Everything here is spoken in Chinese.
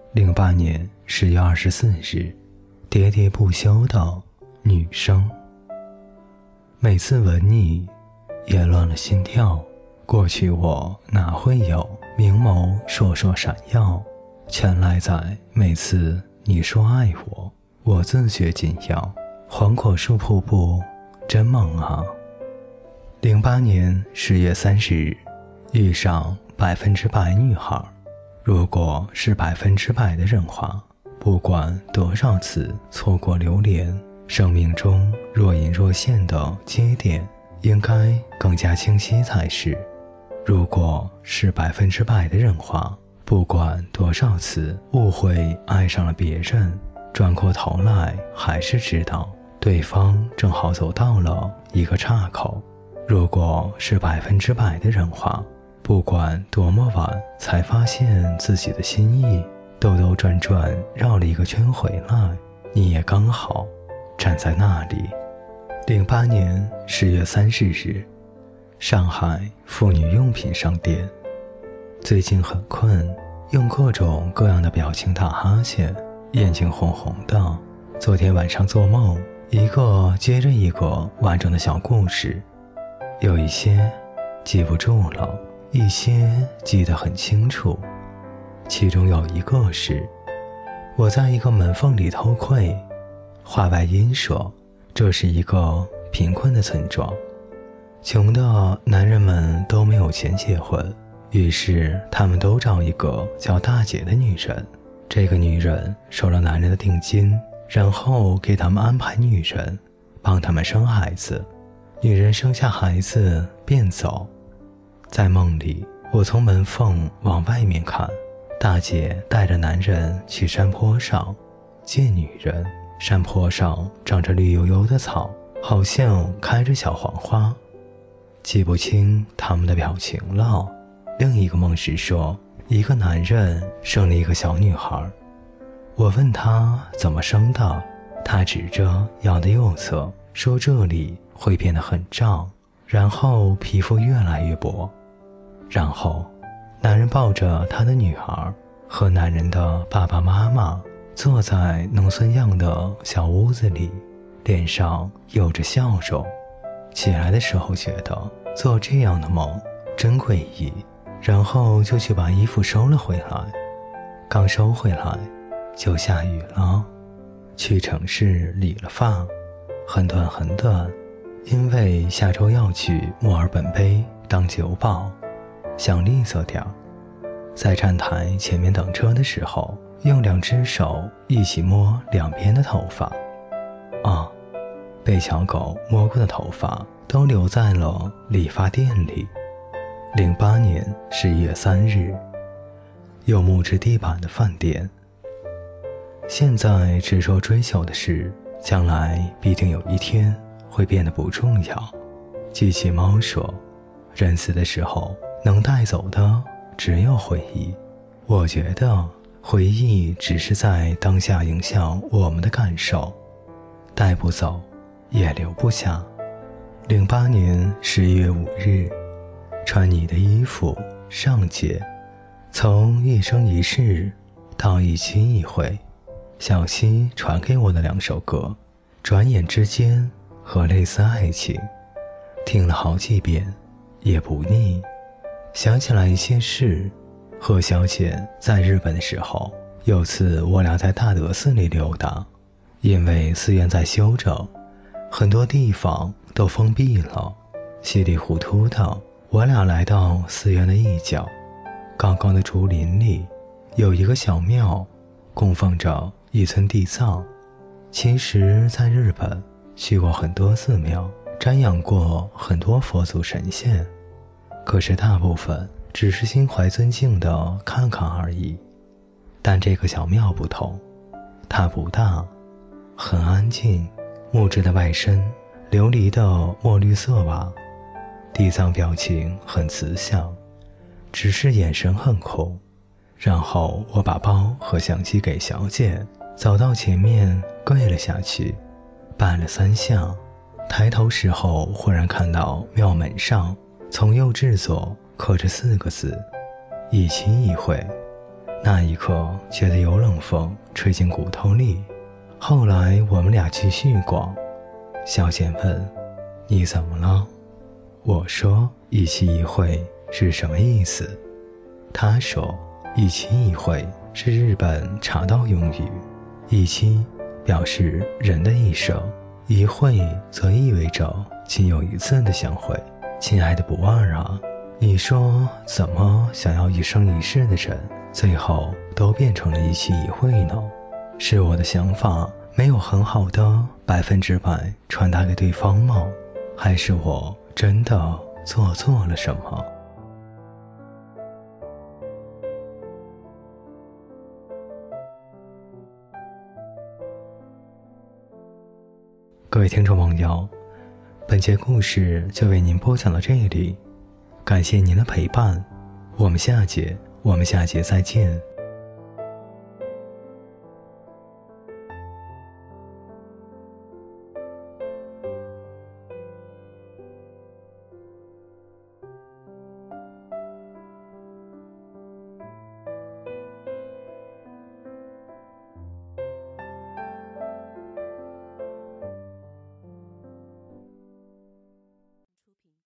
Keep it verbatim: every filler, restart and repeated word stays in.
零八年十月二十四日，喋喋不休的女生。每次吻你，也乱了心跳。过去我哪会有明眸烁烁闪耀，全赖在每次你说爱我，我自觉紧要。黄果树瀑布，真梦啊！零八年十月三十日，遇上百分之百女孩。如果是百分之百的人话，不管多少次错过流连，生命中若隐若现的节点应该更加清晰才是。如果是百分之百的人话，不管多少次误会爱上了别人，转过头来还是知道对方正好走到了一个岔口。如果是百分之百的人话，不管多么晚才发现自己的心意，兜兜转转绕了一个圈回来，你也刚好站在那里。零八年十月三十日，上海妇女用品商店。最近很困，用各种各样的表情打哈欠，眼睛红红的。昨天晚上做梦，一个接着一个完整的小故事，有一些记不住了，一些记得很清楚。其中有一个是，我在一个门缝里偷窥。话外音说，这是一个贫困的村庄，穷的男人们都没有钱结婚，于是他们都找一个叫大姐的女人。这个女人收了男人的定金，然后给他们安排女人，帮他们生孩子。女人生下孩子便走。在梦里，我从门缝往外面看，大姐带着男人去山坡上见女人。山坡上长着绿油油的草，好像开着小黄花，记不清他们的表情了。另一个梦是说，一个男人生了一个小女孩。我问他怎么生的，他指着腰的右侧说，这里会变得很胀，然后皮肤越来越薄。然后男人抱着他的女孩和男人的爸爸妈妈坐在农村样的小屋子里，脸上有着笑容。起来的时候觉得做这样的梦真诡异，然后就去把衣服收了回来。刚收回来就下雨了，去城市理了发，很短很短，因为下周要去墨尔本杯当酒保，想利索点。在站台前面等车的时候，用两只手一起摸两边的头发。啊，被小狗摸过的头发都留在了理发店里。零八年十一月三日，有木质地板的饭店。现在执着追求的事，将来必定有一天会变得不重要。机器猫说，人死的时候能带走的只有回忆。我觉得回忆只是在当下影响我们的感受，带不走也留不下。零八年十一月五日，穿你的衣服上节。从一生一世到一期一会，小溪传给我的两首歌，转眼之间和类似爱情，听了好几遍也不腻。想起来一些事，贺小姐在日本的时候，有次我俩在大德寺里溜达，因为寺院在修整，很多地方都封闭了，稀里糊涂的我俩来到寺院的一角。高高的竹林里有一个小庙，供奉着一尊地藏。其实在日本去过很多寺庙，瞻仰过很多佛祖神仙，可是大部分只是心怀尊敬的看看而已。但这个小庙不同，它不大，很安静，木质的外身，琉璃的墨绿色瓦，地藏表情很慈祥，只是眼神很空。然后我把包和相机给小姐，走到前面跪了下去，拜了三下。抬头时候忽然看到庙门上从右至左刻着四个字，一期一会。 那一刻觉得有冷风吹进骨头里。后来我们俩继续逛，小姐问：你怎么了？我说一期一会是什么意思？她说一期一会是日本茶道用语，一期表示人的一生，一会则意味着仅有一次的相会。亲爱的不二啊，你说怎么想要一生一世的人，最后都变成了一期一会呢？是我的想法没有很好的百分之百传达给对方吗？还是我真的做错了什么？各位听众朋友，本节故事就为您播讲到这里，感谢您的陪伴，我们下节我们下节再见。